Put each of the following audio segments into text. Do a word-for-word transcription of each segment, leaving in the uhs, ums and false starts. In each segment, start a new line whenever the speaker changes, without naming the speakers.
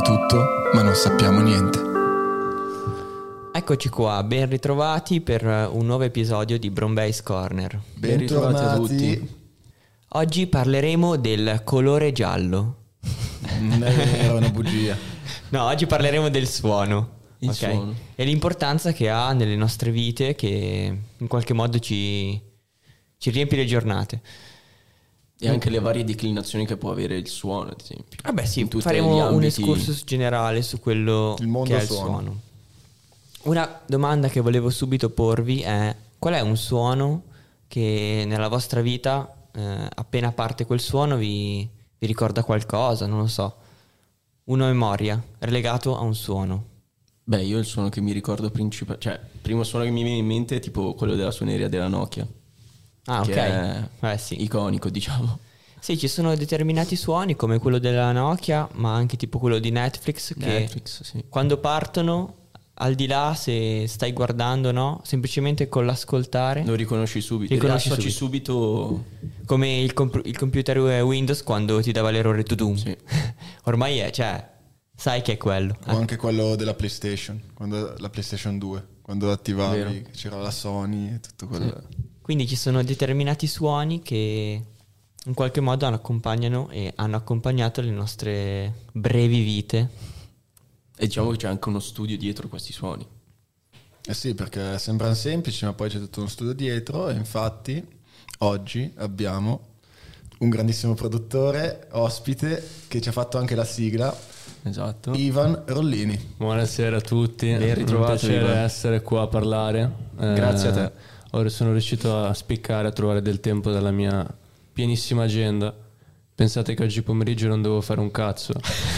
tutto, ma non sappiamo niente.
Eccoci qua, ben ritrovati per un nuovo episodio di Brombace Corner.
Ben ritrovati a tutti.
Oggi parleremo del colore giallo.
Non era una bugia.
No, oggi parleremo del suono.
Il
ok?
suono.
E l'importanza che ha nelle nostre vite, che in qualche modo ci, ci riempie le giornate.
E anche le varie declinazioni che può avere il suono, ad esempio.
Vabbè sì,
In tutti gli
faremo un
ambiti.
excursus generale su quello
Il mondo
che è il
suono.
suono. Una domanda che volevo subito porvi è: qual è un suono che nella vostra vita, eh, appena parte quel suono, vi, vi ricorda qualcosa? Non lo so. Una memoria relegato a un suono.
Beh, io il suono che mi ricordo principale, cioè, il primo suono che mi viene in mente è tipo quello della suoneria della Nokia.
Ah,
che
ok.
è
Eh, sì.
iconico, diciamo.
Sì, ci sono determinati suoni come quello della Nokia, ma anche tipo quello di Netflix, che
Netflix, sì.
quando partono, al di là se stai guardando o no, semplicemente con l'ascoltare,
Lo riconosci subito.
Riconosci
Associ subito.
come il, comp- il computer Windows quando ti dava l'errore to-do.
Sì.
Ormai è, cioè, sai che è quello.
O anche quello della PlayStation, quando la PlayStation due, quando attivavi,
Vero.
che c'era la Sony e tutto quello.
Quindi ci sono determinati suoni che in qualche modo accompagnano e hanno accompagnato le nostre brevi vite.
E diciamo che c'è anche uno studio dietro questi suoni.
Eh sì, perché sembrano semplici, ma poi c'è tutto uno studio dietro. E infatti oggi abbiamo un grandissimo produttore, ospite, che ci ha fatto anche la sigla,
Esatto.
Ivan Rollini.
Buonasera a tutti,
Ben ritrovato,
un piacere
Ivan.
essere qua a parlare. Eh,
Grazie a te.
Ora sono riuscito a spiccare, a trovare del tempo dalla mia pienissima agenda. Pensate che oggi pomeriggio non devo fare un cazzo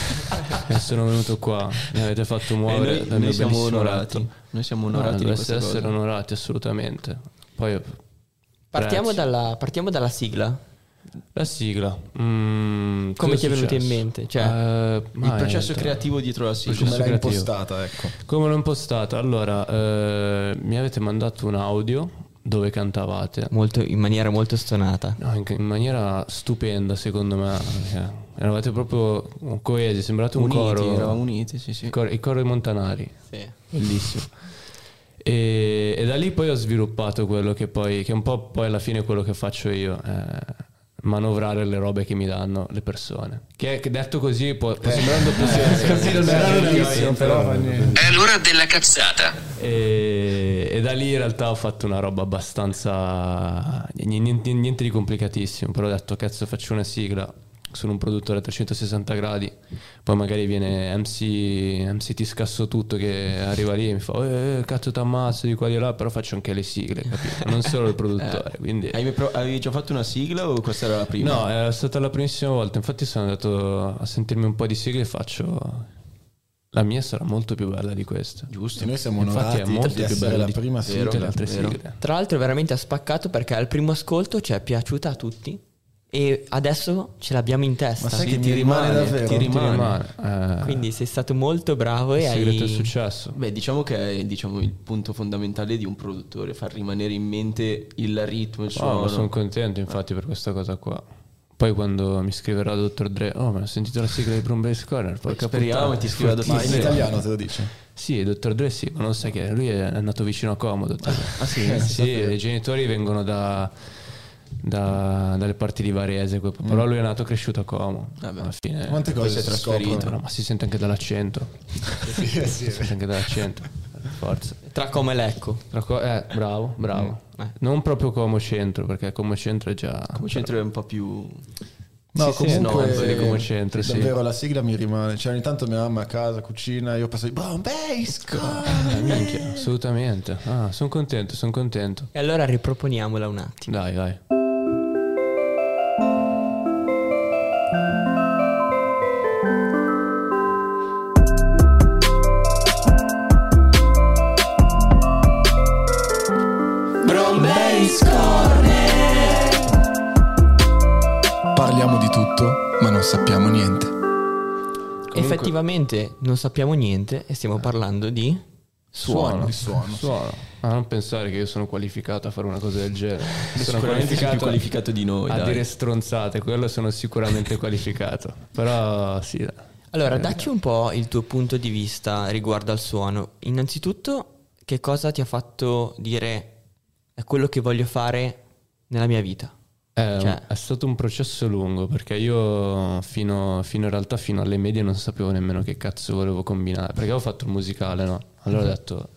e sono venuto qua, mi avete fatto muovere
E noi,
dal
noi
mio
siamo
bellissimo
onorati.
letto.
Noi siamo
No,
onorati di
dovreste
questa
essere
cosa.
onorati assolutamente. Poi
Partiamo
prezzi.
dalla, partiamo dalla sigla.
La sigla. Mm,
Come
cosa
ti è venuta in
successo?
mente? Cioè,
Eh,
Il
ma
processo
è-
creativo dietro la sigla.
Come
Processo
l'hai
creativo.
impostata, ecco.
Come l'ho impostata? Allora, eh, mi avete mandato un audio dove cantavate.
molto, in maniera molto stonata.
No, in, in maniera stupenda secondo me. Perché eravate proprio coesi, sembrate un
Uniti,
coro.
eravamo uniti, sì, sì.
Il coro, il coro dei Montanari,
Sì.
bellissimo. E, e da lì poi ho sviluppato quello che poi, che è un po' poi alla fine quello che faccio io, eh, manovrare le robe che mi danno le persone. Che, che detto così può, può sembrare un doppio senso.
Così non era bellissimo, però fa niente.
È l'ora della cazzata.
E, e da lì in realtà ho fatto una roba abbastanza niente, niente di complicatissimo, però ho detto cazzo faccio una sigla, sono un produttore a trecentosessanta gradi, poi magari viene M C M C Ti Scasso Tutto che arriva lì e mi fa eh, cazzo t'ammazzo di qua di là, però faccio anche le sigle, capito? Non solo il produttore, quindi
Hai pro- avevi già fatto una sigla o questa era la prima?
no, è stata la primissima volta, infatti sono andato a sentirmi un po' di sigle e faccio la mia sarà molto più bella di questa.
Giusto.
E noi siamo
Infatti è
onorati
molto
di
più
essere
bella
la
di
prima
tutte
sigla.
le altre
vero.
sigle.
Tra l'altro veramente ha spaccato perché al primo ascolto ci è piaciuta a tutti e adesso ce l'abbiamo in testa.
Ma sai
Sì,
che
ti
mi rimane
rimane,
davvero?
ti
Ti
rimane.
rimane. Eh,
Quindi sei stato molto bravo e
il segreto
hai...
è successo.
Beh, diciamo che è diciamo, il punto fondamentale di un produttore, far rimanere in mente il ritmo, il
Oh,
suono.
ma sono contento infatti per questa cosa qua. Poi quando mi scriverà dottor Dre, oh ma ho sentito la sigla di Brombace Corner, porca
Speriamo
puttana.
e ti scriva
Ma in
Dre.
italiano te lo dice?
Sì, dottor Dre sì, ma non sai che lui è nato vicino a Como, dottor Dre.
Ah sì?
Sì, i genitori vengono da, da- dalle parti di Varese, que- però lui è nato e cresciuto a Como.
Vabbè.
Alla fine
Quante
poi
cose
si è
si
trasferito.
scoprono?
no, ma si sente anche dall'accento.
Sì, sì,
Si sente anche dall'accento. Forza.
Tra Como e Lecco.
Tra co- Eh, bravo, bravo.
Mm, eh.
Non proprio Como centro, perché Como centro è già.
Come centro è un po' più...
No,
Sì, sì,
comunque
no, di come centro, sì.
davvero la sigla mi rimane. Cioè ogni tanto mia mamma a casa cucina e io passo di Brombace
Eh,
Corner.
minchia, assolutamente. Ah, sono contento, sono contento.
E allora riproponiamola un attimo.
Dai, vai.
Parliamo di tutto, ma non sappiamo niente.
Effettivamente non sappiamo niente e stiamo parlando di
Suono.
Di suono.
Suono. Ah, non pensare che io sono qualificato a fare una cosa del genere. Sono
Sicuramente sei più qualificato di noi,
a
dai.
dire stronzate, quello sono sicuramente qualificato. Però sì, dai.
Allora, dacci un po' il tuo punto di vista riguardo al suono. Innanzitutto, che cosa ti ha fatto dire è quello che voglio fare nella mia vita?
È,
Cioè-
è stato un processo lungo, perché io fino, fino in realtà fino alle medie non sapevo nemmeno che cazzo volevo combinare, perché avevo fatto il musicale, no? Allora ho detto,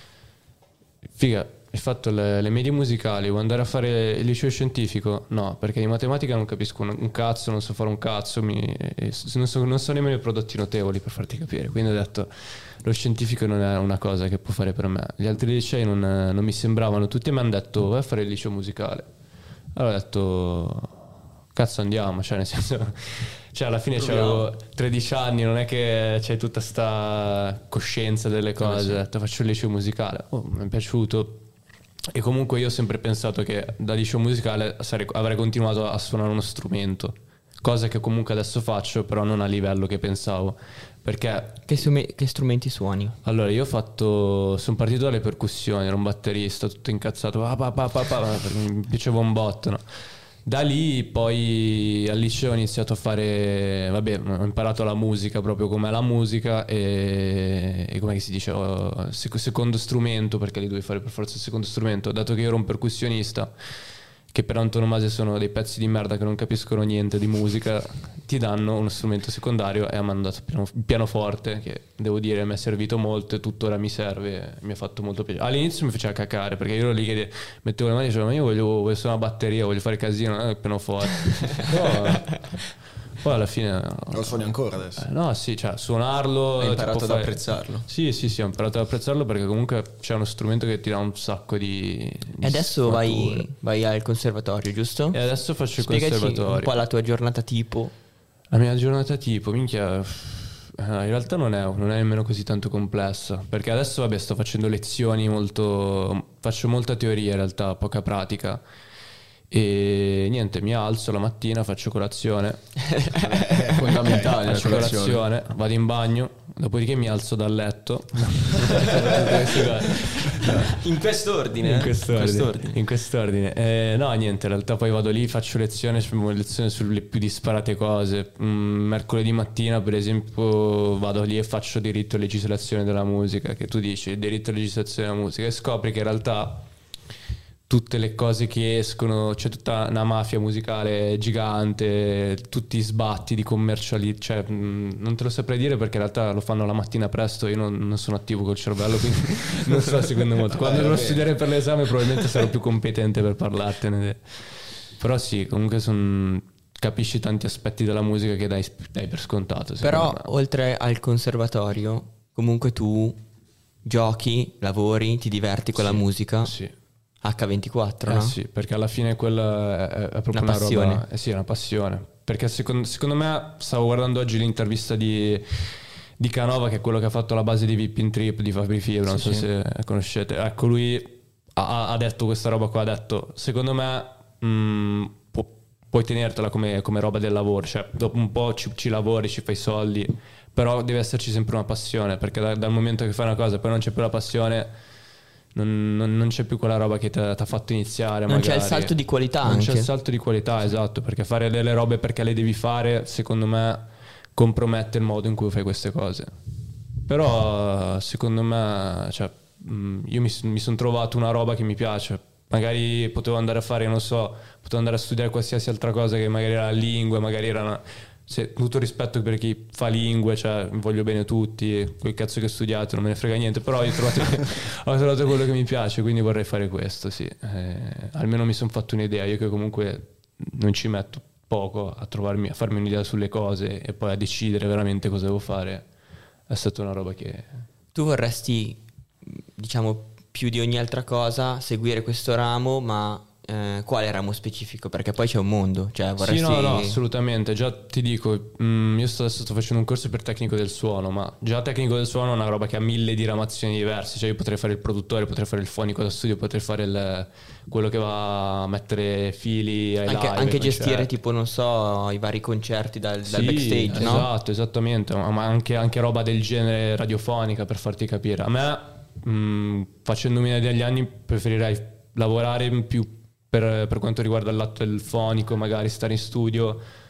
figa, hai fatto le, le medie musicali, vuoi andare a fare il liceo scientifico? No, perché di matematica non capisco un, un cazzo, non so fare un cazzo, mi, e s- non, so, non so nemmeno i prodotti notevoli, per farti capire. Quindi ho detto, lo scientifico non è una cosa che può fare per me. Gli altri licei non, non mi sembravano, tutti mi hanno detto, vai a fare il liceo musicale. Allora ho detto, cazzo andiamo, cioè nel senso, cioè alla fine avevo tredici anni, non è che c'hai tutta sta coscienza delle cose, ho detto faccio il liceo musicale, oh, mi è piaciuto. E comunque io ho sempre pensato che da liceo musicale sarei- avrei continuato a suonare uno strumento, cosa che comunque adesso faccio, però non a livello che pensavo, perché
Che, strume- che strumenti suoni?
allora io ho fatto, sono partito dalle percussioni, ero un batterista tutto incazzato, pa, pa, pa, pa, pa, perché mi piaceva un botto, no? Da lì poi al liceo ho iniziato a fare, vabbè, ho imparato la musica, proprio com'è la musica e, e come si dice, oh, sec- secondo strumento, perché li dovevi fare per forza il secondo strumento, dato che io ero un percussionista, che per antonomasia sono dei pezzi di merda che non capiscono niente di musica, ti danno uno strumento secondario e ha mandato il piano- il pianoforte, che devo dire mi è servito molto e tuttora mi serve, mi ha fatto molto piacere. All'inizio mi faceva cacare perché io ero lì che mettevo le mani e dicevo ma io voglio, voglio suonare una batteria, voglio fare casino, non è il pianoforte. Però, poi alla fine
Lo suoni ancora adesso?
eh, no, sì, cioè suonarlo
Hai imparato
tipo,
ad
fai-
apprezzarlo.
Sì, sì, sì, ho imparato ad apprezzarlo perché comunque c'è uno strumento che ti dà un sacco di, di
E adesso
sfumature.
vai, vai al conservatorio, giusto?
E adesso faccio il
Spiegaci
conservatorio.
un po' la tua giornata tipo.
La mia giornata tipo, minchia, eh, in realtà non è, non è nemmeno così tanto complessa, perché adesso vabbè sto facendo lezioni molto, faccio molta teoria in realtà, poca pratica. E niente, mi alzo la mattina, faccio colazione,
È fondamentale la
faccio
colazione.
colazione, vado in bagno, dopodiché mi alzo dal letto.
In quest'ordine.
In
eh?
quest'ordine, in quest'ordine. Eh, no, niente, in realtà poi vado lì, faccio lezione, faccio lezione sulle più disparate cose. Mm, mercoledì mattina, per esempio, vado lì e faccio diritto e legislazione della musica, che tu dici diritto e legislazione della musica, e scopri che in realtà tutte le cose che escono, c'è tutta una mafia musicale gigante, tutti i sbatti di commerciali, cioè mh, non te lo saprei dire perché in realtà lo fanno la mattina presto, io non, non sono attivo col cervello, quindi non sto seguendo molto. Quando dovrò studiare per l'esame probabilmente sarò più competente per parlartene. Però sì, comunque son, capisci tanti aspetti della musica che dai, dai per scontato. secondo
Però
me.
oltre al conservatorio, comunque tu giochi, lavori, ti diverti con la
Sì,
musica.
Sì.
acca ventiquattro,
Eh
no?
sì, perché alla fine quella è, è proprio
Una
una,
passione.
roba. Eh sì, è una passione. Perché secondo, secondo me, stavo guardando oggi l'intervista di, di Canova, che è quello che ha fatto la base di Vipping Trip di Fabri Fibra, non
Sì,
so
sì.
se conoscete. Ecco, lui ha, ha detto questa roba qua, ha detto, secondo me mh, pu- puoi tenertela come, come roba del lavoro, cioè dopo un po' ci, ci lavori, ci fai soldi, però deve esserci sempre una passione, perché da- dal momento che fai una cosa e poi non c'è più la passione... Non, non- non c'è più quella roba che ti ha fatto iniziare.
Non c'è
magari.
il salto di qualità
Non c'è
anche.
il salto di qualità, esatto, perché fare delle robe perché le devi fare, secondo me, compromette il modo in cui fai queste cose. Però, secondo me, cioè, mh, io mi, mi sono trovato una roba che mi piace. Magari potevo andare a fare, non so, potevo andare a studiare qualsiasi altra cosa che magari era lingue, magari era una... Se, tutto rispetto per chi fa lingue, cioè voglio bene tutti, quel cazzo che studiate non me ne frega niente, però io ho trovato, ho trovato quello che mi piace, quindi vorrei fare questo, sì. Eh, almeno mi sono fatto un'idea, io che comunque non ci metto poco a trovarmi, a farmi un'idea sulle cose e poi a decidere veramente cosa devo fare, è stata una roba che...
Tu vorresti, diciamo, più di ogni altra cosa seguire questo ramo, ma eh, quale ramo specifico? Perché poi c'è un mondo, cioè vorresti...
Sì, no, no, assolutamente. Già ti dico, mm, io sto, adesso sto facendo un corso per tecnico del suono, ma già tecnico del suono è una roba che ha mille diramazioni diverse. Cioè io potrei fare il produttore, potrei fare il fonico da studio, potrei fare il, quello che va a mettere fili ai
Anche,
live,
anche
ai
gestire
concerti.
tipo, non so, i vari concerti dal, dal
Sì,
backstage, no?
esatto, esattamente, ma ma anche, anche roba del genere radiofonica, per farti capire. A me, mh, facendomi degli anni, preferirei lavorare in più per, per quanto riguarda il lato del fonico, magari stare in studio,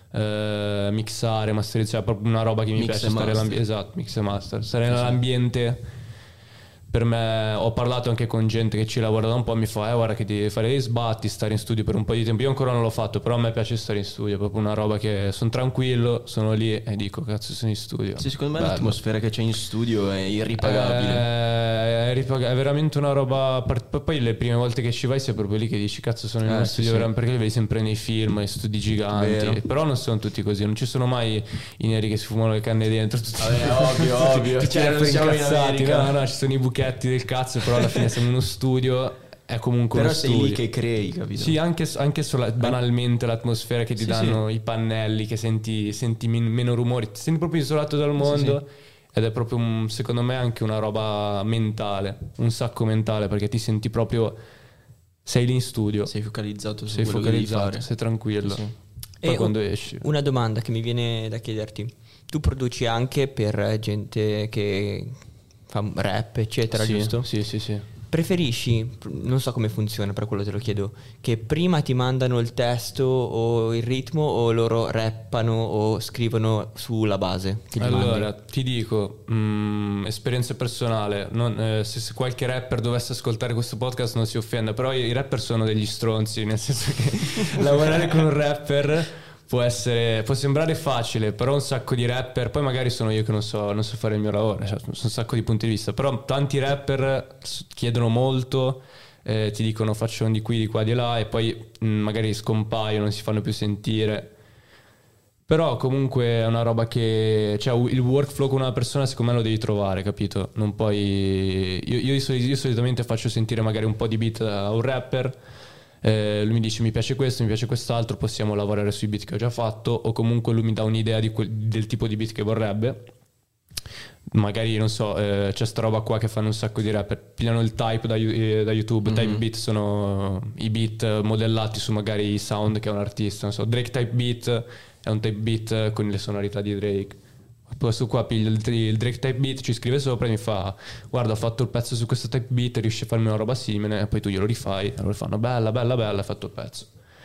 eh, mixare, masterizzare, proprio una roba che mi
Mix
piace
e
stare
master.
all'ambiente. Esatto, mix e master. Stare nell'ambiente. Per me, ho parlato anche con gente che ci lavora da un po', mi fa, eh guarda che devi fare dei sbatti, stare in studio per un po' di tempo. Io ancora non l'ho fatto, però a me piace stare in studio, è proprio una roba che sono tranquillo, sono lì e dico, cazzo, sono in studio.
Sì, secondo me
Bello.
l'atmosfera che c'è in studio è irripagabile.
Eh, È, ripag- è veramente una roba. part- Poi le prime volte che ci vai sei proprio lì che dici cazzo sono in
Eh,
uno
sì,
studio
sì.
veramente, perché li vedi sempre nei film, nei studi giganti.
Vero.
Però non sono tutti così, non ci sono mai i neri che si fumano le canne dentro. Tutti,
Vabbè, ovvio, ovvio.
tutti
Cioè, non
rapper
siamo in
incazzati.
America.
No, no, ci sono i buchetti del cazzo, però alla fine siamo in uno studio. È comunque
Però
uno
sei
studio.
lì che crei, capito?
Sì, anche, anche solo banalmente l'atmosfera che ti
Sì,
danno i pannelli, che senti, senti min- meno rumori, ti senti proprio isolato dal mondo. Ed è proprio, un- secondo me, anche una roba mentale, un sacco mentale, perché ti senti proprio, sei lì in studio,
Sei focalizzato su
sei
quello che devi
focalizzato,
fare.
sei tranquillo.
Sì.
Poi
E
quando
un-
esci...
Una domanda che mi viene da chiederti. Tu produci anche per gente che fa rap, eccetera,
Sì,
giusto?
Sì, sì, sì.
Preferisci, non so come funziona, per quello te lo chiedo, che prima ti mandano il testo o il ritmo o loro rappano o scrivono sulla base che gli
Allora,
mandi?
ti dico, mh, esperienza personale, non- eh, se, se qualche rapper dovesse ascoltare questo podcast non si offenda, però i, i rapper sono degli stronzi, nel senso che lavorare con un rapper può essere, può sembrare facile, però un sacco di rapper, poi magari sono io che non so, non so fare il mio lavoro, cioè, sono un sacco di punti di vista, però tanti rapper s- chiedono molto, eh, ti dicono faccio un di qui, di qua, di là, e poi mh, magari scompaiono, non si fanno più sentire. Però comunque è una roba che, cioè, il workflow con una persona secondo me lo devi trovare, capito? Non puoi... Io, io, soli- io solitamente faccio sentire magari un po' di beat a un rapper, eh, lui mi dice mi piace questo, mi piace quest'altro, possiamo lavorare sui beat che ho già fatto, o comunque lui mi dà un'idea di quel- del tipo di beat che vorrebbe. Magari, non so, eh, c'è sta roba qua che fanno un sacco di rapper, pigliano il type da, Yu- eh, da YouTube. Type beat sono i beat modellati su magari i sound che è un artista, non so, Drake type beat è un type beat con le sonorità di Drake. Questo qua piglio il, il Drake type beat, ci scrive sopra e mi fa guarda ho fatto il pezzo su questo type beat, riesci a farmi una roba simile, e poi tu glielo rifai e loro fanno bella bella bella, hai fatto il pezzo.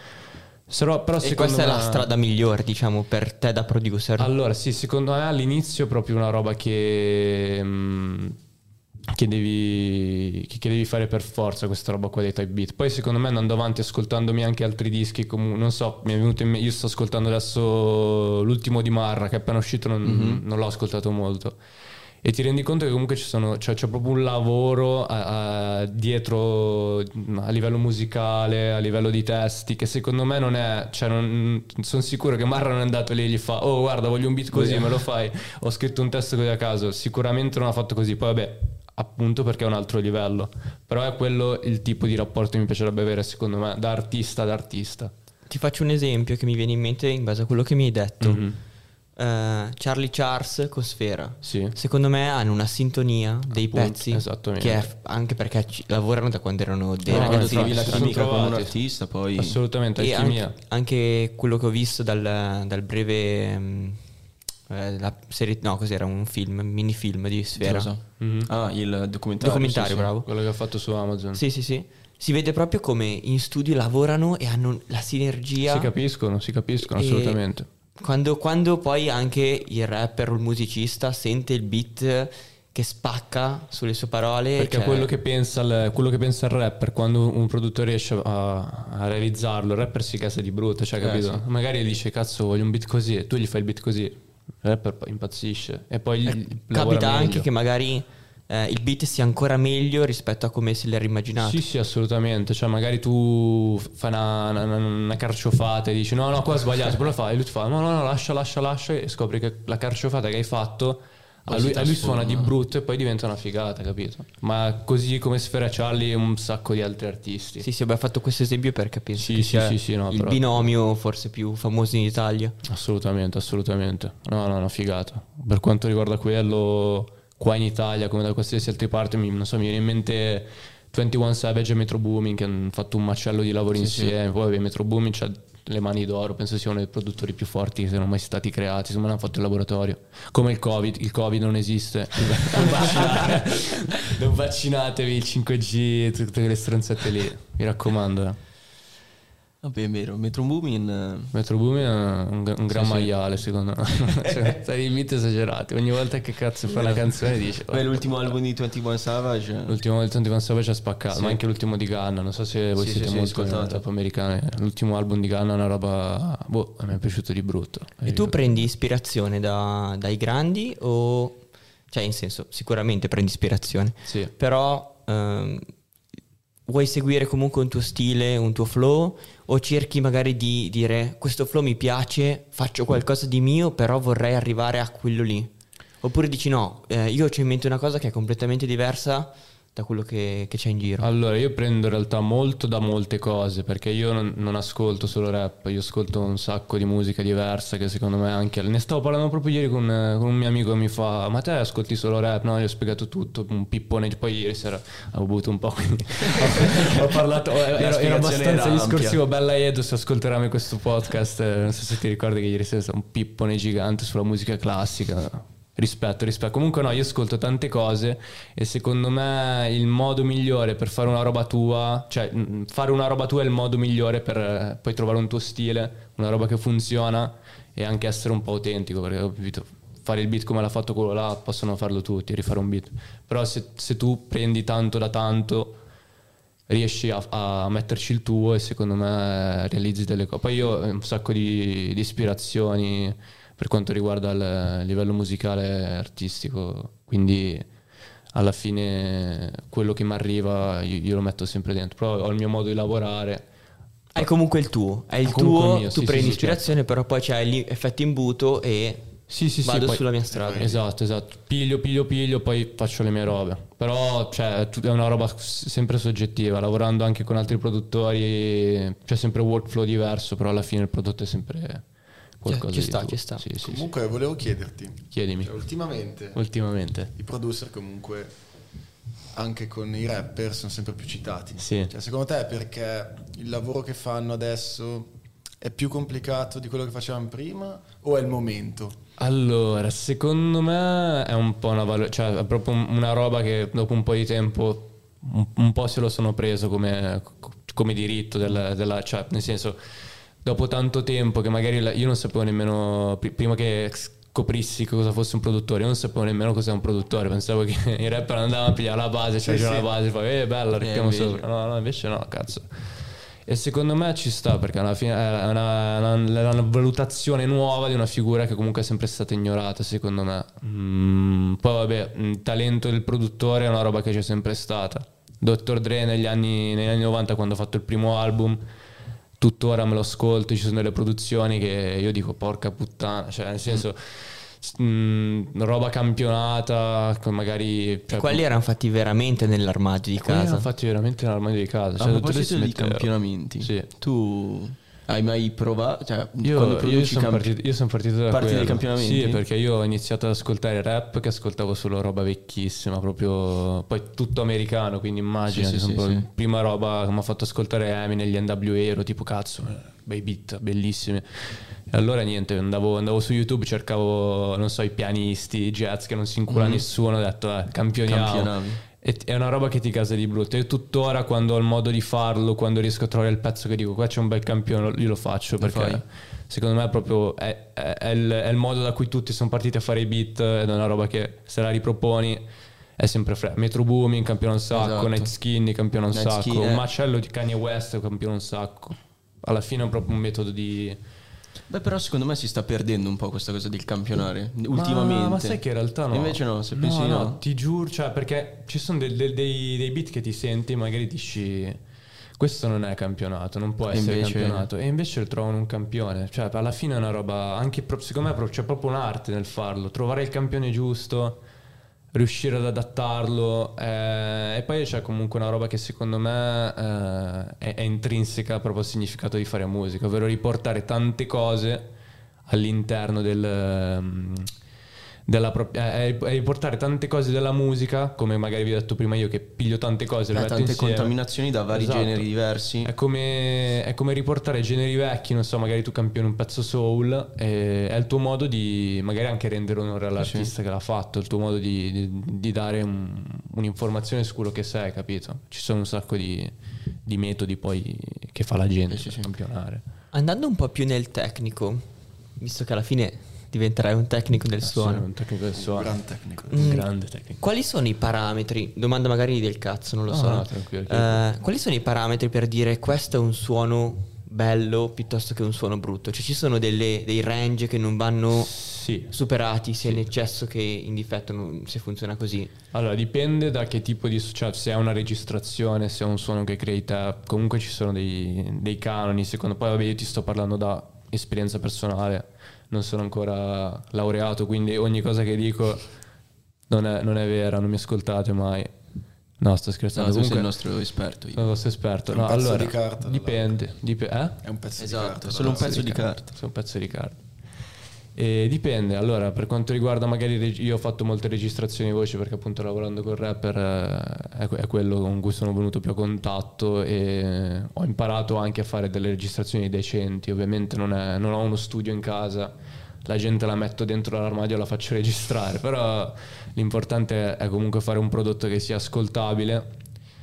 Però, però
E
secondo
questa è la
me-
strada migliore, diciamo, per te da producer.
allora, sì, secondo me all'inizio è proprio una roba che, mm, che, devi, che, che devi fare per forza, questa roba qua dei type beat. Poi secondo me andando avanti, ascoltandomi anche altri dischi, comu- non so, mi è venuto in me- io sto ascoltando adesso l'ultimo di Marra, che è appena uscito, non, non l'ho ascoltato molto. E ti rendi conto che comunque ci sono, cioè, c'è proprio un lavoro a- a- dietro a livello musicale, a livello di testi, che secondo me non è, cioè non, sono sicuro che Marra non è andato lì e gli fa oh guarda voglio un beat così, me lo fai, ho scritto un testo così a caso, sicuramente non ha fatto così. Poi vabbè, appunto perché è un altro livello, però è quello il tipo di rapporto che mi piacerebbe avere secondo me, da artista ad artista.
Ti faccio un esempio che mi viene in mente in base a quello che mi hai detto.
Mhm.
Eh, Charlie Charles con Sfera.
Sì.
Secondo me hanno una sintonia dei
Appunto,
pezzi
esattamente.
che è anche perché ci- lavorano da quando erano dei
No,
Quando
ragazzi.
trovi la
si sono
chimica con un
trovati.
artista, poi
Assolutamente,
E
alchimia.
anche, anche quello che ho visto dal, dal breve mm, eh, la serie, no cos'era, un film, un mini film di Sfera.
cosa?
Mhm.
Ah, il documentario.
Documentario,
sì, sì.
bravo.
Quello che ha fatto su Amazon.
Sì, sì, sì. Si vede proprio come in studio lavorano e hanno la sinergia.
Si capiscono, si capiscono,
E
assolutamente.
Quando, quando poi anche il rapper o il musicista sente il beat che spacca sulle sue parole.
Perché
cioè-
quello che pensa il, quello che pensa il rapper, quando un produttore riesce a, a realizzarlo, il rapper si casa di brutto, cioè,
Eh,
capito?
sì.
Magari dice cazzo voglio un beat così e tu gli fai il beat così, il rapper poi impazzisce e poi gli, lavora
Capita anche
meglio.
che magari eh, il beat sia ancora meglio rispetto a come se l'era immaginato.
Sì, sì, assolutamente. Cioè, magari tu fai una, una, una carciofata e dici no, no, qua ho sbagliato, poi lo fai e lui ti fa no, no, no, lascia, lascia, lascia e scopri che la carciofata che hai fatto a
Poi
lui,
si
a lui suona di
trasforma.
brutto e poi diventa una figata, capito? Ma così come Sfera Charlie e un sacco di altri artisti.
Sì, sì, abbiamo fatto questo esempio perché penso
Sì,
che
sì,
sia
sì, sì, no,
il
però-
binomio forse più famoso in Italia.
Assolutamente, assolutamente. No, no, no, figata. Per quanto riguarda quello, qua in Italia, come da qualsiasi altra parte, mi, non so, mi viene in mente ventuno Savage e Metro Boomin che hanno fatto un macello di lavori insieme. Poi vabbè, Metro Boomin c'ha le mani d'oro, penso sia uno dei produttori più forti che siano mai stati creati. Insomma, hanno fatto il laboratorio. Come il Covid, il Covid non esiste. Non vaccinate- non vaccinatevi, il cinque G, tutte quelle stronzate lì. Mi raccomando. eh.
Vabbè, è vero, Metro Boomin.
Metro Boomin è un, un gran
Sì, sì.
maiale, secondo me. Cioè, stai in beat esagerati. Ogni volta che cazzo fa una canzone dice.
Beh, l'ultimo album di ventuno Savage.
L'ultimo del ventuno Savage ha spaccato,
Sì.
ma anche l'ultimo di Gunna. Non so se voi
Sì,
siete
sì, sì,
molto
ascoltato.
rap americani. L'ultimo album di Gunna è una roba. Boh, a me è piaciuto di brutto.
E tu prendi ispirazione da- dai grandi o... Cioè, in senso, sicuramente prendi ispirazione,
Sì.
però ehm, vuoi seguire comunque un tuo stile, un tuo flow, o cerchi magari di dire questo flow mi piace, faccio qualcosa di mio, però vorrei arrivare a quello lì? Oppure dici no, eh, io ho in mente una cosa che è completamente diversa da quello che, che c'è in giro.
Allora, io prendo in realtà molto da molte cose, perché io non, non ascolto solo rap, io ascolto un sacco di musica diversa che secondo me anche... Ne stavo parlando proprio ieri con, con un mio amico che mi fa: ma te ascolti solo rap? No, gli ho spiegato tutto, un pippone, poi ieri sera avevo bevuto un po', quindi ho, ho parlato, ero, ero
spiegazione
abbastanza
era ampia.
discorsivo. Bella Edo, se ascolterai questo podcast, eh, non so se ti ricordi che ieri sera è stato un pippone gigante sulla musica classica. Rispetto, rispetto. Comunque no, io ascolto tante cose e secondo me il modo migliore per fare una roba tua, cioè mh, fare una roba tua è il modo migliore per eh, poi trovare un tuo stile, una roba che funziona e anche essere un po' autentico, perché ho capito, fare il beat come l'ha fatto quello là, possono farlo tutti, rifare un beat. Però se, se tu prendi tanto da tanto riesci a, a metterci il tuo e secondo me realizzi delle cose. Poi io ho un sacco di, di ispirazioni per quanto riguarda il livello musicale e artistico, quindi alla fine quello che mi arriva io, io lo metto sempre dentro, però ho il mio modo di lavorare.
Hai comunque il tuo, è il
Comunque
tuo,
il mio,
tu
sì,
prendi
sì, sì,
ispirazione, però poi c'hai l'effetto imbuto e
Sì, sì, sì,
vado
poi-
sulla mia strada.
Esatto, esatto. Piglio, piglio, piglio, poi faccio le mie robe. Però, cioè, è una roba s- sempre soggettiva. Lavorando anche con altri produttori, c'è sempre un workflow diverso, però alla fine il prodotto è sempre qualcosa
ci
di
sta,
tuo.
ci sta.
Sì, sì, sì.
Comunque volevo chiederti,
Chiedimi.
cioè, ultimamente
Ultimamente.
i producer comunque anche con i rapper sono sempre più citati.
Sì.
Cioè, secondo te è perché il lavoro che fanno adesso è più complicato di quello che facevano prima o è il momento?
Allora, secondo me è un po' una valo- cioè è proprio un- una roba che dopo un po' di tempo un, un po' se lo sono preso come, come diritto della, della- cioè nel senso, dopo tanto tempo che magari la- io non sapevo nemmeno pri- prima che scoprissi cosa fosse un produttore, io non sapevo nemmeno cos'è un produttore, pensavo che i rapper andavano a pigliare la base, cioè
Sì,
c'era
sì.
la base, poi eh bella, ricchiamo
invece.
sopra. No, no, invece no, cazzo. E secondo me ci sta, perché alla fine è una, una- una valutazione nuova di una figura che comunque è sempre stata ignorata, secondo me. Mm, poi vabbè, il talento del produttore è una roba che c'è sempre stata. dottor Dre negli anni, negli anni novanta, quando ha fatto il primo album, tuttora me lo ascolto, ci sono delle produzioni che io dico porca puttana, cioè nel senso... mm, roba campionata, con magari... Cioè,
Quelli erano fatti veramente nell'armadio di
quelli
casa.
erano fatti veramente nell'armadio di casa.
A
Cioè, tutti
proposito
si
di
mettevano.
campionamenti,
Sì.
tu hai mai provato? Cioè,
Io,
quando
io
produci
sono
campi-
partito, io son partito da
Parti dai
quello.
campionamenti?
Sì, perché io ho iniziato ad ascoltare rap che ascoltavo solo roba vecchissima, proprio poi tutto americano, quindi immagino
Sì, sì,
sono
sì,
proprio
sì.
la prima roba che mi ha fatto ascoltare Eminem, gli N W A, ero tipo cazzo, eh, bei beat, bellissimi. E allora niente, andavo, andavo su YouTube, cercavo, non so, i pianisti, i jazz che non si incula
Mhm.
nessuno, ho detto eh, campioniamo.
Campionavi.
E- È una roba che ti casa di brutto. Io tuttora, quando ho il modo di farlo, quando riesco a trovare il pezzo che dico qua c'è un bel campione, io lo faccio, perché
fai?
secondo me è proprio è, è- è il, è il modo da cui tutti sono partiti a fare i beat, ed è una roba che se la riproponi è sempre fresca. Metro Boomin campiona un sacco,
Esatto.
Night Skinny campiona un
Night
sacco,
Skinny,
un
eh.
macello di Kanye West campiona un sacco. Alla fine è proprio un metodo di...
Beh, però secondo me si sta perdendo un po' questa cosa del campionare
Ma-
ultimamente.
Ma, sai che in realtà no.
Invece no, se pensi di no.
ti giuro, cioè perché ci sono del- del- dei, dei beat che ti senti, magari dici questo non è campionato, non può
E
essere
invece-
campionato, e invece lo trovano un campione. Cioè alla fine è una roba, anche pro- secondo me pro- c'è proprio un'arte nel farlo, trovare il campione giusto, riuscire ad adattarlo, eh, e poi c'è comunque una roba che secondo me eh, è, è intrinseca proprio al significato di fare musica, ovvero riportare tante cose all'interno del, ehm, della propria, è, è riportare tante cose della musica, come magari vi ho detto prima io che piglio tante cose, le
Eh,
metto
tante
insieme.
contaminazioni da vari
Esatto.
generi diversi.
È come, è come riportare generi vecchi, non so, magari tu campioni un pezzo soul, e è il tuo modo di magari anche rendere onore all'artista che l'ha fatto, il tuo modo di, di, di dare un, un'informazione su quello che sei, capito? Ci sono un sacco di, di metodi poi che fa la gente per campionare.
Andando un po' più nel tecnico, visto che alla fine diventerai un tecnico del
Sì,
suono,
un tecnico del
Un
suono.
gran tecnico.
Un grande tecnico.
quali sono i parametri? Domanda magari del cazzo, non lo
No,
so.
no, tranquillo,
Eh, quali sono i parametri per dire questo è un suono bello piuttosto che un suono brutto? Cioè ci sono delle- dei range che non vanno
Sì.
superati sia in eccesso che in difetto, non- se funziona così.
Allora, dipende da che tipo di... cioè se è una registrazione, se è un suono che crei te, comunque ci sono dei, dei canoni, secondo poi vabbè io ti sto parlando da esperienza personale, non sono ancora laureato, quindi ogni cosa che dico non è, non è vera, non mi ascoltate mai. No, sto
No,
scherzando.
tu sei
Comunque
il nostro esperto. Io.
sono il vostro esperto.
È un
No,
pezzo
allora,
di carta,
dipende, dip- eh?
È un pezzo
Esatto,
di carta.
è solo un
dai.
pezzo di carta.
Sono un pezzo di carta. E dipende, allora per quanto riguarda magari reg- io ho fatto molte registrazioni di voce perché appunto lavorando con rapper eh, è, que- è quello con cui sono venuto più a contatto e ho imparato anche a fare delle registrazioni decenti. Ovviamente non, è- non ho uno studio in casa, la gente la metto dentro l'armadio e la faccio registrare, però l'importante è comunque fare un prodotto che sia ascoltabile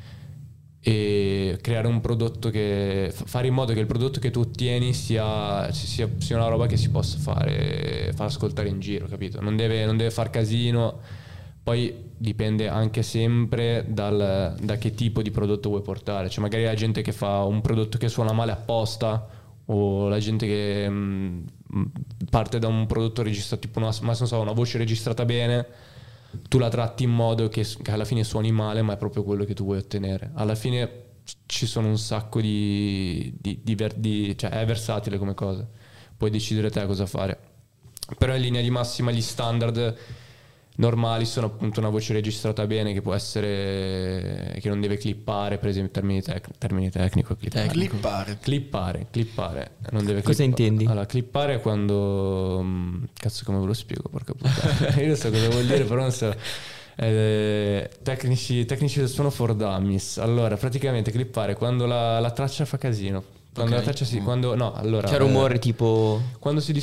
e creare un prodotto che fare in modo che il prodotto che tu ottieni sia, sia, sia una roba che si possa fare far ascoltare in giro, capito? Non deve, non deve far casino. Poi dipende anche sempre dal, da che tipo di prodotto vuoi portare, cioè magari la gente che fa un prodotto che suona male apposta o la gente che mh, parte da un prodotto registrato tipo una, ma non so, una voce registrata bene, tu la tratti in modo che, che alla fine suoni male, ma è proprio quello che tu vuoi ottenere. Alla fine ci sono un sacco di, di, di, ver- di cioè è versatile come cosa, puoi decidere te cosa fare, però in linea di massima gli standard normali sono appunto una voce registrata bene che può essere, che non deve clippare, per esempio termini, tec- termini tecnico clippare.
Clippare.
Clippare, clippare, non deve
Cosa
clippa-
intendi?
Allora, clippare è quando mh, cazzo come ve lo spiego, porca puttana. Io non so cosa vuol dire, però non so. Eh, tecnici, tecnici del suono for dummies. Allora, praticamente clippare quando la, la traccia fa casino. Quando
Ok.
la traccia si quando no, allora
C'è
eh,
rumore tipo...
quando si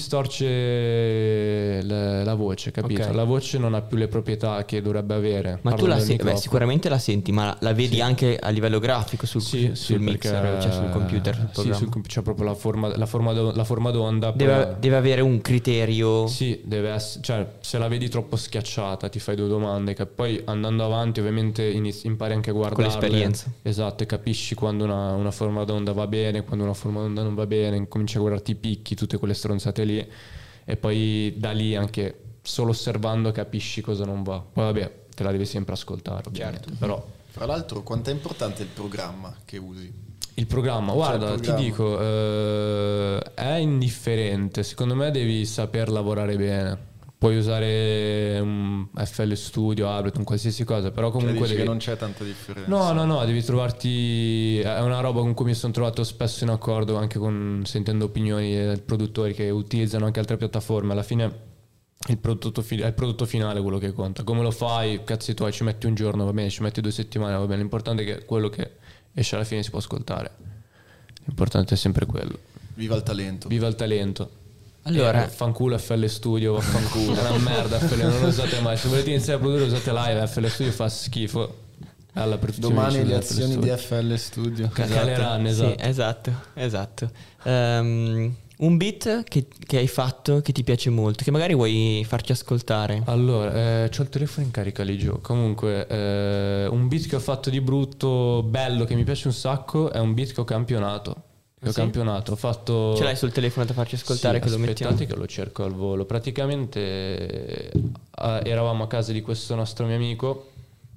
distorce la, la voce, capito?
Ok.
La voce non ha più le proprietà che dovrebbe avere.
Ma tu
Parlo
la
del
senti, beh,
microfono.
sicuramente la senti, ma la vedi
Sì.
anche a livello grafico sul,
Sì,
sul
sì,
mixer,
perché-
cioè sul computer, sul
sì,
programma.
sul comp- c'è proprio la forma, la forma, d'o- la forma d'onda. poi
Deve,
la-
deve avere un criterio.
Sì, deve essere, cioè se la vedi troppo schiacciata ti fai due domande, che poi andando avanti ovviamente inizi- impari anche a guardarle.
l'esperienza.
Esatto, e capisci quando una, una forma d'onda va bene, quando una forma d'onda non va bene, cominci a guardarti i picchi, tutte quelle stronzate lì e poi da lì anche solo osservando capisci cosa non va. Poi vabbè, te la devi sempre ascoltare, ovviamente.
Certo.
Però
Fra l'altro, quanto è importante il programma che usi?
il programma, guarda,
il
ti
programma.
dico, eh, è indifferente. Secondo me devi saper lavorare bene. Puoi usare un F L Studio, Ableton, qualsiasi cosa, però
Cioè,
comunque
dici
devi...
che non c'è tanta differenza.
No, no, no, devi trovarti... È una roba con cui mi sono trovato spesso in accordo, anche con sentendo opinioni dei produttori che utilizzano anche altre piattaforme. Alla fine il prodotto, fi- è il prodotto finale quello che conta. Come lo fai, cazzi tuoi, ci metti un giorno, va bene, ci metti due settimane, va bene. L'importante è che quello che esce alla fine si può ascoltare. L'importante è sempre quello.
Viva il talento.
Viva il talento.
Allora-
Eh, fanculo F L Studio, vaffanculo. È una merda F L, non lo usate mai. Se volete iniziare a produrre usate live, F L Studio fa schifo. Alla per tutti i
Domani
amici
le
di F L
azioni
Studio.
di F L Studio.
Ca- caleranno, esatto.
Sì, esatto, esatto. Ehm, un beat che, che hai fatto che ti piace molto, che magari vuoi farci ascoltare.
Allora, eh, c'ho il telefono in carica lì giù. Comunque, eh, un beat che ho fatto di brutto, bello, che mi piace un sacco, è un beat che ho campionato. Che ho
Sì?
campionato, ho fatto...
Ce l'hai sul telefono da farci ascoltare
Sì,
che lo mettiamo?
aspettate che lo cerco al volo. Praticamente eh, eravamo a casa di questo nostro mio amico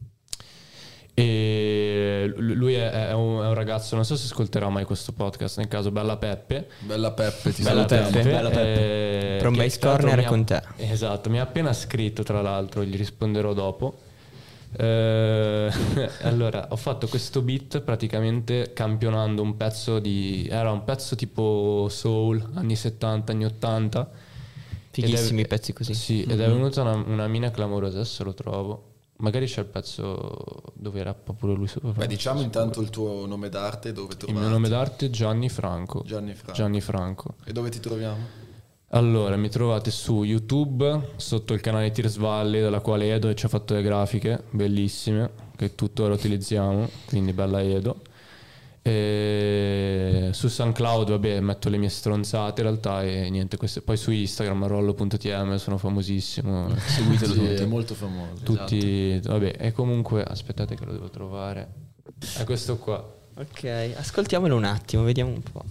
e l- lui è, è un, è un ragazzo, non so se ascolterà mai questo podcast, nel caso Bella Peppe.
Bella Peppe, ti
Bella
salutiamo.
Peppe.
Bella Peppe.
From
che
Base
tra l'altro
Corner
mi
è
ha-
con te.
Esatto, mi ha appena scritto tra l'altro, gli risponderò dopo. Eh, allora, ho fatto questo beat praticamente campionando un pezzo di... Era un pezzo tipo soul, anni settanta, anni ottanta,
Fighissimi
Ed
i pezzi così.
Sì, ed è venuta una, una mina clamorosa, adesso lo trovo. Magari c'è il pezzo dove rappa pure lui sopra.
Beh, diciamo intanto il tuo nome d'arte, dove
Il
trovarti.
mio nome d'arte è Gianni Franco.
Gianni Franco.
Gianni Franco.
E dove ti troviamo?
Allora, mi trovate su YouTube sotto il canale Tears Valley, dalla quale Edo ci ha fatto le grafiche bellissime che tuttora utilizziamo, quindi bella Edo. E su SoundCloud, vabbè, metto le mie stronzate in realtà e niente, queste. Poi su Instagram rollo punto t m sono famosissimo.
Seguitelo
Sì,
tutti.
è molto famoso.
Tutti, vabbè, e comunque aspettate che lo devo trovare. È questo qua.
Ok, ascoltiamolo un attimo, vediamo un po'.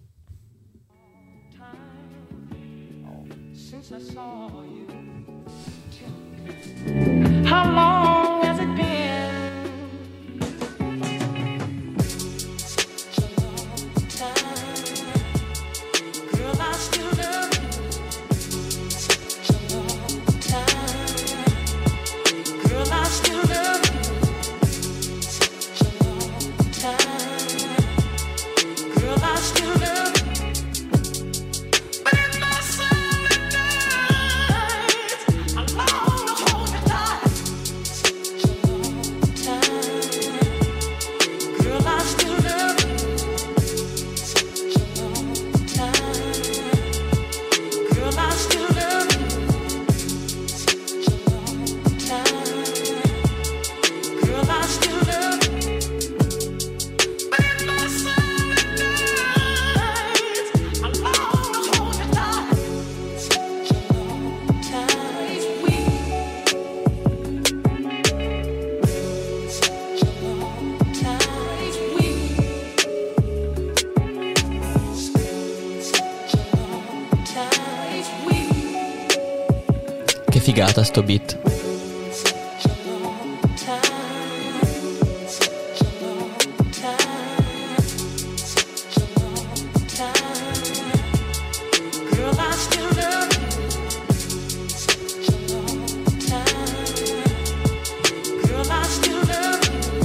How long has it been? Girl, I still love you. Such a long time. Girl, I still love you. Such a long time. Girl, I still love you. But in my silent nights, I long to hold you tight. Such a long time. Girl, I still love you. Such a long time. Girl, I still love you. Such a long time. Girl, I still love you. But in my silent nights, I long to hold you tight. Such a long time. We. Such a long time. We. Such a long time. We.
Che figata sto beat.
Such a long time. Such a long time. Such a long time. Girl, I still love you. Such a long time. Girl, I still love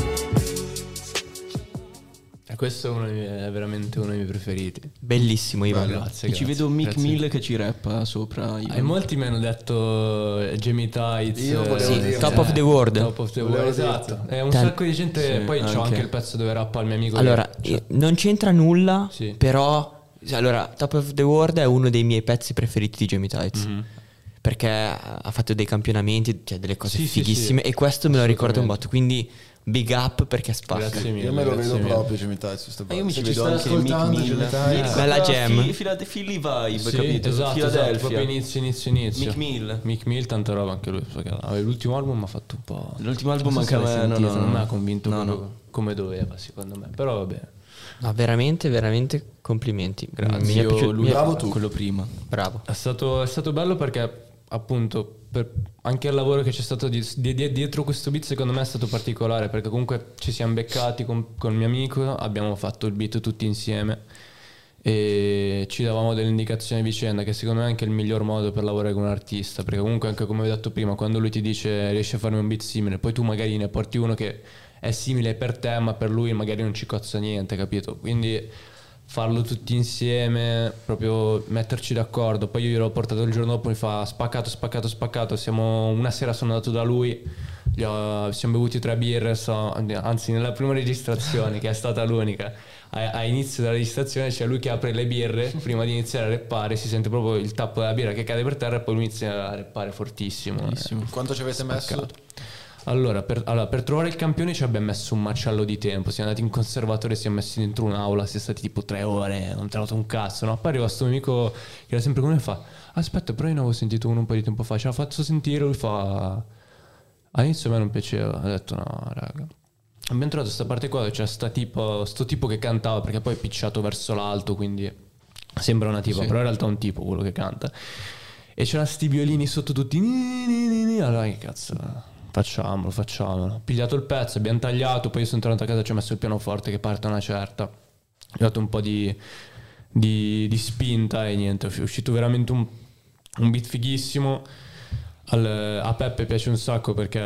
you.
E questo è, uno dei miei- è veramente uno dei miei preferiti.
Bellissimo Ivan.
Grazie,
E ci
grazie.
vedo Mick
Grazie.
Mill che ci rappa sopra.
E molti mi hanno detto eh, Jamie Tights.
Io volevo
Sì,
dire-
Top of the World.
Top of the
Volevo
World,
dirti.
esatto. E un
Tan-
sacco di gente.
Sì,
poi c'ho
anche.
anche il pezzo dove rappa il mio amico.
Allora,
che- cioè,
eh, non c'entra nulla,
Sì.
però allora, Top of the World è uno dei miei pezzi preferiti di Jamie Tights.
Mhm.
Perché ha fatto dei campionamenti, cioè delle cose
Sì, sì,
fighissime
sì.
e questo me lo ricorda un
Assolutamente.
botto, quindi big up perché spacca.
Grazie mille.
Io me lo
grazie
vedo
mille.
proprio Jimmy Tights su sta
E io mi
Se
ci
ci
vedo
stai
anche Mick
ascoltando
Mill.
Jimmy
Mi
Tights,
ricorda
Bella jam.
Philly- Philly Philly vibe,
Sì,
capito?
esatto,
Philadelphia.
esatto, proprio inizio, inizio, inizio.
Mick Mill.
Mick Mill, tanta roba anche lui. so che- vabbè, l'ultimo album mi ha fatto un po'.
L'ultimo album
non so
anche
se
a
l'hai
me, no,
sentito,
no,
non
no.
mi ha convinto
No,
proprio
no.
come doveva, secondo me. Però vabbè.
Ma veramente, veramente complimenti.
Grazie.
Mi è
Io,
piaciuto-
lui,
mi è-
bravo tu.
quello prima.
Bravo.
È stato, è stato bello perché appunto per anche il lavoro che c'è stato di- di- di- dietro questo beat secondo me è stato particolare perché comunque ci siamo beccati con, con il mio amico, abbiamo fatto il beat tutti insieme e ci davamo delle indicazioni a vicenda che secondo me è anche il miglior modo per lavorare con un artista perché comunque anche come ho detto prima quando lui ti dice riesci a farmi un beat simile poi tu magari ne porti uno che è simile per te ma per lui magari non ci cozza niente, capito? Quindi farlo tutti insieme, proprio metterci d'accordo. Poi io gliel'ho portato il giorno dopo, mi fa spaccato, spaccato, spaccato. Siamo, una sera sono andato da lui, gli ho- siamo bevuti tre birre, so- anzi nella prima registrazione, che è stata l'unica, a, a inizio della registrazione c'è lui che apre le birre, prima di iniziare a reppare, si sente proprio il tappo della birra che cade per terra e poi lui inizia a reppare fortissimo.
Bellissimo.
Quanto ci avete messo?
Spaccato. Allora per, allora, per trovare il campione ci abbiamo messo un macello di tempo. Siamo andati in conservatorio, siamo messi dentro un'aula, siamo stati tipo tre ore, non ho trovato un cazzo, no? Poi arriva sto mio amico che era sempre con me e fa: aspetta, però io ne avevo sentito uno un po' di tempo fa, ce l'ha fatto sentire, lui fa... All'inizio a me non piaceva, ho detto no, raga. Abbiamo trovato questa parte qua, c'è sta tipo, sto tipo che cantava, perché poi è picciato verso l'alto, quindi sembra una tipa,
Sì.
però in realtà è un tipo quello che canta. E c'erano sti violini sotto tutti, ni, ni, ni, ni. Allora che cazzo... Facciamolo, facciamolo. Ho pigliato il pezzo, abbiamo tagliato, poi io sono tornato a casa e ci ho messo il pianoforte che parte a una certa. Gli ho dato un po' di, di, di spinta e niente, è uscito veramente un, un beat fighissimo. Al- a Peppe piace un sacco perché,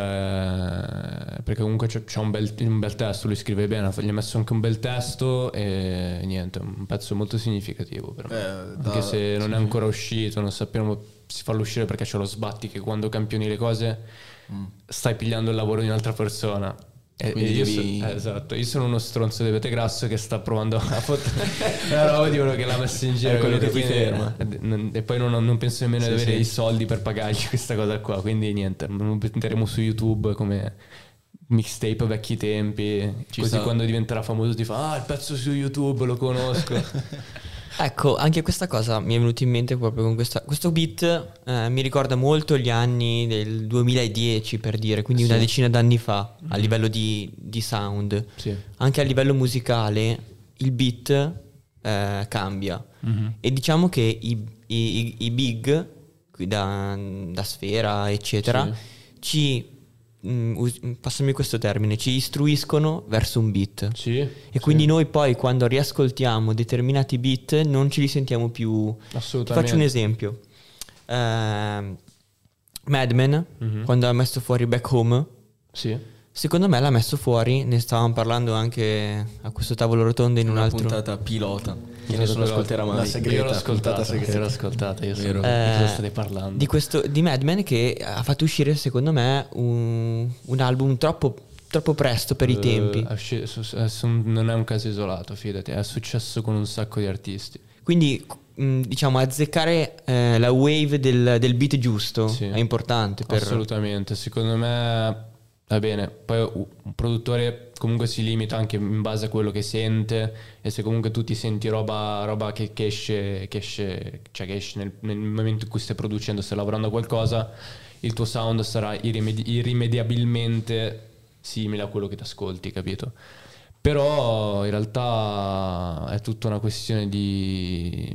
perché comunque c'è, c'è un, bel, un bel testo, lui scrive bene, gli ha messo anche un bel testo e niente, un pezzo molto significativo per me.
Eh, da-
Anche se non
sì,
è ancora uscito, non sappiamo si farlo uscire perché c'è lo sbatti che quando campioni le cose stai pigliando il lavoro di un'altra persona. E,
Quindi
e io,
devi-
so- eh, esatto, io sono uno stronzo di Pete Grasso che sta provando a fottere la roba di uno che l'ha messa in giro,
È quello che ti
quindi-
ferma.
e, non- e poi non, non penso nemmeno
Sì,
di avere
sì.
i soldi per pagargli questa cosa qua, quindi niente, lo metteremo su YouTube come mixtape vecchi tempi,
Ci
così
sta.
quando diventerà famoso ti fa ah il pezzo su YouTube lo conosco.
Ecco, anche questa cosa mi è venuta in mente proprio con questa, questo beat. eh, mi ricorda molto gli anni del duemiladieci, per dire, quindi una decina d'anni fa, a livello di, di sound.
Sì.
Anche a livello musicale il beat eh, cambia. E diciamo che i, i- i- i big, qui da, da Sfera, eccetera, ci, mm, us- passami questo termine, ci istruiscono verso un beat.
Sì,
E quindi noi poi quando riascoltiamo determinati beat non ce li sentiamo più. Ti
assolutamente.
faccio un esempio. Ehm, Mad Men, quando ha messo fuori Back Home,
Sì.
secondo me l'ha messo fuori, ne stavamo parlando anche a questo tavolo rotondo in un
Una
altro...
puntata pilota che
Una
nessuno
pilota.
ascolterà
La
mai.
segreta.
Io l'ho ascoltata,
puntata segreta.
io l'ho ascoltata, io so
Vero.
di cosa
Eh,
state parlando.
di questo di Mad Men, che ha fatto uscire secondo me un, un album troppo, troppo presto per i
Eh,
tempi.
è usci- su- su- è su- non è un caso isolato, fidati, è successo con un sacco di artisti.
Quindi mh, diciamo azzeccare eh, la wave del, del beat giusto
Sì.
è importante per...
Assolutamente, secondo me va bene. Poi u- un produttore comunque si limita anche in base a quello che sente, e se comunque tu ti senti roba, roba che, che esce, che esce, cioè che esce nel, nel momento in cui stai producendo, stai lavorando a qualcosa, il tuo sound sarà irrimedi- irrimediabilmente simile a quello che ti ascolti, capito? Però in realtà è tutta una questione di,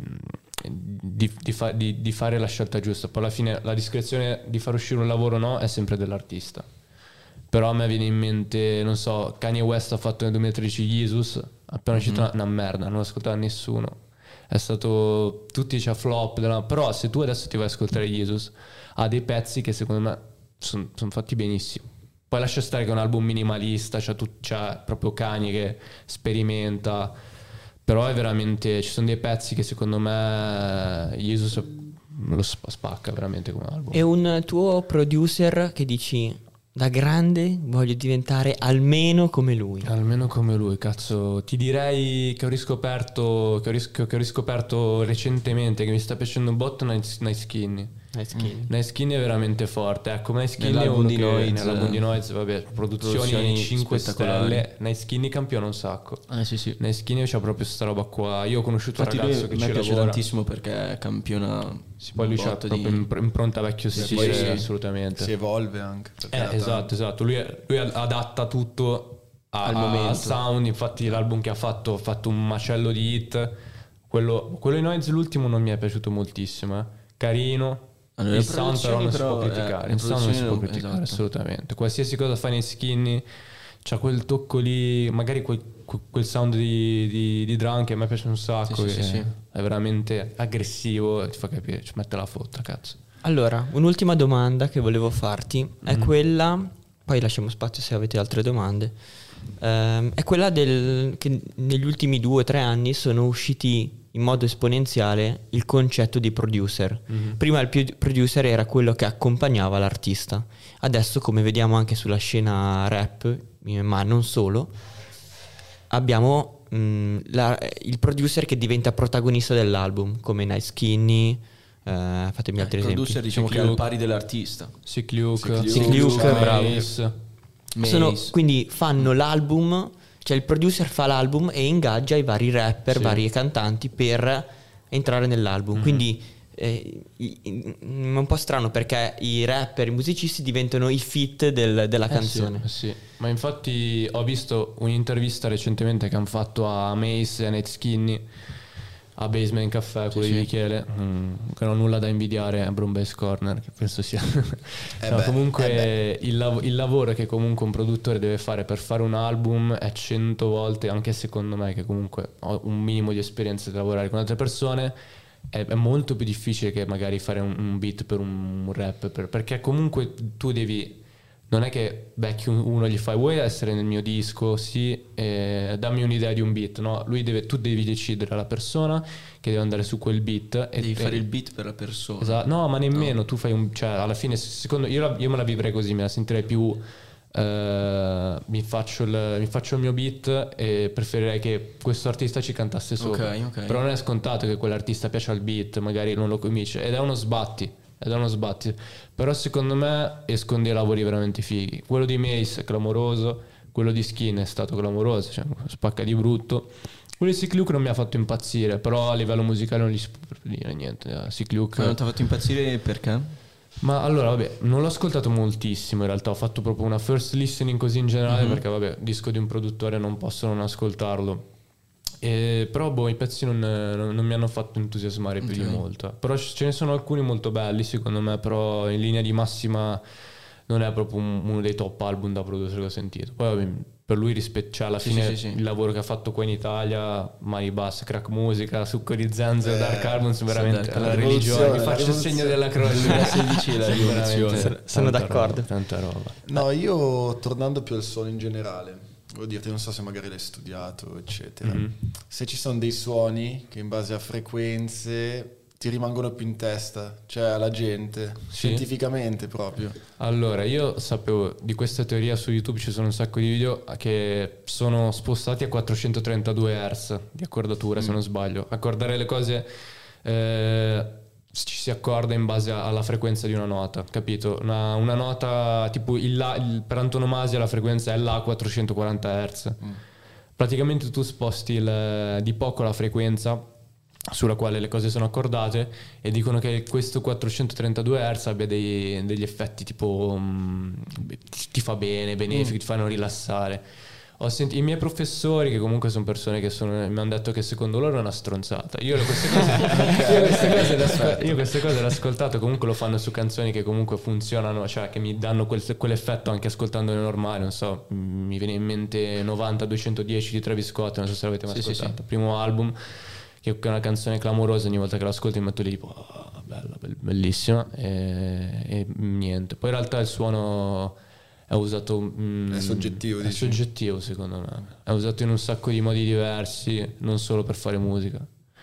di, di fa- di- di fare la scelta giusta. Poi alla fine la discrezione di far uscire un lavoro o no è sempre dell'artista. Però a me viene in mente, non so, Kanye West ha fatto nel duemilatredici Jesus, appena uscito una, una merda, non l'ha ascoltata nessuno. È stato, tutti c'è flop, della- però se tu adesso ti vai ad ascoltare Jesus, ha dei pezzi che secondo me sono fatti benissimo. Poi lascia stare che è un album minimalista, c'è, tut- c'è proprio Kanye che sperimenta, però è veramente, ci sono dei pezzi che secondo me Jesus lo sp- spacca veramente come album.
E un tuo producer che dici da grande voglio diventare almeno come lui.
Almeno come lui, cazzo. Ti direi che ho riscoperto, che ho, ris- che ho riscoperto recentemente, che mi sta piacendo un botto, Nice, Nice Skinny.
Nice Skinny.
Nice Skinny è veramente forte. Ecco, Nice Skinny è
Nell'album
uno
di
che-
Noise,
nell'album di Noise, vabbè, produzioni,
produzioni
cinque
spettacolari.
stelle. Nice Skinny campiona un sacco.
Eh sì sì.
Nice Skinny c'ha proprio sta roba qua. Io ho conosciuto
Infatti
un
lui
ragazzo che
a me
ci
piace
lavora.
tantissimo perché campiona
Poi lui
un
c'ha
botto
proprio
di...
impr- impronta vecchio
Sì,
stile,
poi si-
assolutamente.
Si evolve anche. perché
Eh,
da
esatto,
tanto.
esatto. Lui, lui adatta tutto a-
Al
a-
momento.
al sound. Infatti, l'album che ha fatto ha fatto un macello di hit. Quello, quello di Noise, l'ultimo, non mi è piaciuto moltissimo. eh. Carino.
Allora,
il
le
sound però non si può
produzioni però,
criticare.
eh,
il sound non si
le
può
produzioni
criticare,
non- esatto.
assolutamente. Qualsiasi cosa fai nei Skinny, c'ha quel tocco lì, magari quel, quel sound di, di, di drum che a me piace un sacco.
Sì, sì,
che
sì, sì.
È veramente aggressivo e ti fa capire, ci mette la fotta, cazzo.
Allora, un'ultima domanda che volevo farti è
Mm.
quella, poi lasciamo spazio se avete altre domande, Ehm, è quella del che negli ultimi due o tre anni sono usciti in modo esponenziale il concetto di producer.
Mm-hmm.
Prima il più- producer era quello che accompagnava l'artista, adesso come vediamo anche sulla scena rap, eh, ma non solo, abbiamo mh, la- il producer che diventa protagonista dell'album, come Nice Skinny, eh, fatemi altri
Il
esempi.
producer diciamo
Sick
che è al
Luke.
pari dell'artista.
Sick Luke,
Sick
Sick Luke, bravo.
Mace.
Sono-
Mace.
quindi fanno l'album, cioè il producer fa l'album e ingaggia i vari rapper,
Sì.
vari cantanti per entrare nell'album.
Mhm.
Quindi eh, i- i- è un po' strano perché i rapper, i musicisti diventano i feat del- della
Eh
canzone.
sì, eh sì. Ma infatti ho visto un'intervista recentemente che hanno fatto a Mace e a Nate Skinny a Basement Caffè, quello
Sì,
di
sì.
Michele, mm, che non ho nulla da invidiare a Brown Bass Corner, che penso sia
Eh
no,
beh,
comunque
eh
il, lav- il lavoro che comunque un produttore deve fare per fare un album è cento volte, anche secondo me che comunque ho un minimo di esperienza di lavorare con altre persone, è, è molto più difficile che magari fare un, un beat per un, un rap, per- perché comunque tu devi, non è che becchi un- uno, gli fai vuoi essere nel mio disco, sì, eh, dammi un'idea di un beat, no? Lui deve, tu devi decidere la persona che deve andare su quel beat e
Devi
e-
fare il beat per la persona.
Esatto. No, ma nemmeno tu fai un, cioè alla fine secondo io, la- io me la vivrei così, me la sentirei più eh, mi, faccio il, mi faccio il mio beat e preferirei che questo artista ci cantasse sopra.
Ok, ok.
Però non è scontato che quell'artista piaccia al beat, magari non lo comincia ed è uno sbatti. Ed è uno sbatti. Però secondo me escono dei lavori veramente fighi. Quello di Mace è clamoroso, quello di Skin è stato clamoroso, cioè spacca di brutto. Quello di Sick Luke non mi ha fatto impazzire, però a livello musicale non gli si può proprio dire niente. Eh, Sick Luke.
Ma non ti ha fatto impazzire perché?
Ma allora, vabbè, non l'ho ascoltato moltissimo in realtà, ho fatto proprio una first listening così in generale,
Mhm.
perché vabbè, disco di un produttore non posso non ascoltarlo. E, però boh, i pezzi non, non- non mi hanno fatto entusiasmare più di
Ok.
molto. Però ce ne sono alcuni molto belli secondo me, però in linea di massima non è proprio un- uno dei top album da produrre che ho sentito. Poi vabbè, per lui rispetto, cioè alla
Sì,
fine
sì, sì, sì.
il lavoro che ha fatto qua in Italia, mani basse, crack musica, succo di zanzero,
Eh,
Dark Albums, veramente
Dark
la
Albums.
religione. Mi
La
faccio il
rivoluzione.
segno della croce.
duemilasedici è la
Sì,
rivoluzione.
veramente,
Sono- sono
tanta
d'accordo.
roba, tanta roba.
No, io tornando più al suono in generale, volevo dirti, non so se magari l'hai studiato, eccetera.
Mhm.
Se ci sono dei suoni che in base a frequenze ti rimangono più in testa, cioè alla gente,
Sì.
scientificamente proprio.
Allora, io sapevo di questa teoria su YouTube, ci sono un sacco di video che sono spostati a quattrocentotrentadue hertz di accordatura, se non sbaglio. Accordare le cose eh, ci si accorda in base a- alla frequenza di una nota, capito? Una, una nota tipo il La, il- per antonomasia la frequenza è La a quattrocentoquaranta hertz. Praticamente tu sposti il- di poco la frequenza sulla quale le cose sono accordate e dicono che questo quattrocentotrentadue hertz abbia dei- degli effetti tipo mm, ti, ti fa bene, benefici, ti fanno rilassare. Ho sentito i miei professori, che comunque sono persone che sono, mi hanno detto che secondo loro è una stronzata. Io queste cose, io queste cose, le ascol- io queste cose le ho ascoltate, comunque lo fanno su canzoni che comunque funzionano, cioè che mi danno quel, quell'effetto anche ascoltandole normali. Non so, mm, mi viene in mente novanta duecentodieci di Travis Scott, non so se l'avete mai
Sì, sì,
ascoltato, primo album, che è una canzone clamorosa, ogni volta che l'ascolto mi metto lì tipo "Ah, bella, bell- bellissima", e, e niente. Poi in realtà il suono è usato mm,
È soggettivo,
è
dici?
soggettivo secondo me, è usato in un sacco di modi diversi, non solo per fare musica.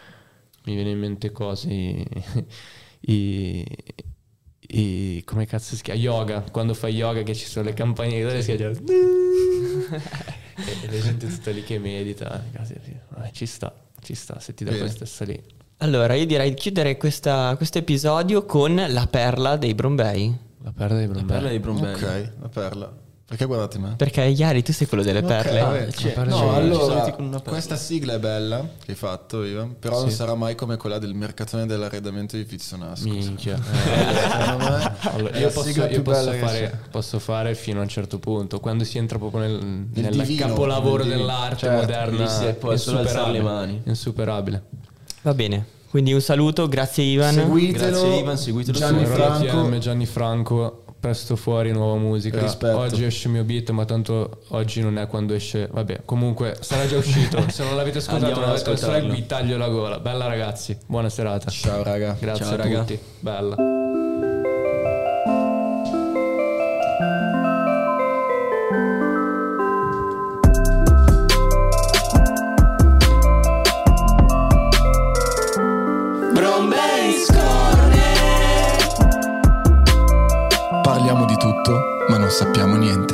Mi viene in mente cose i, i- i- come cazzo si chiama? Yoga, quando fai yoga che ci sono le campanelle si chiama e, e la gente tutta lì che medita, cazzo, sì. Vabbè, ci sta, ci sta, se ti dà
Bene.
questa stessa lì.
Allora, io direi di chiudere questa- questo episodio con la perla dei Brombei.
La perla dei
La
Brombelli.
perla dei Brombelli.
Ok, la perla. Perché guardate me?
Perché Iari tu sei quello delle
Ok,
perle.
vabbè,
cioè,
no,
no, ci
allora,
salti con una perla.
questa sigla è bella che hai fatto, Ivan, però non sarà mai come quella del mercatone dell'arredamento di Pizzonasco.
Minchia.
Secondo me
Allora,
è
io
la
posso,
sigla
io
più
posso
bella che
fare,
c'è.
posso fare fino a un certo punto. Quando si entra proprio nel, nel
divino,
capolavoro
nel divino.
dell'arte
Certo,
moderna,
lì si può solo alzare le
insuperabile,
mani.
insuperabile.
Va bene, quindi un saluto, grazie Ivan.
Seguitelo,
Grazie, Ivan, seguitelo
Gianni
su-
Franco.
T M, Gianni Franco, presto fuori nuova musica.
Rispetto.
Oggi esce il mio beat, ma tanto oggi non è quando esce. Vabbè, comunque sarà già uscito. Se non l'avete ascoltato,
Andiamo
non
ad
avete ascoltato,
ascoltarlo.
vi taglio la gola. Bella ragazzi, buona serata.
Ciao raga.
Grazie
Ciao,
a
raga.
tutti. Bella.
Parliamo di tutto, ma non sappiamo niente.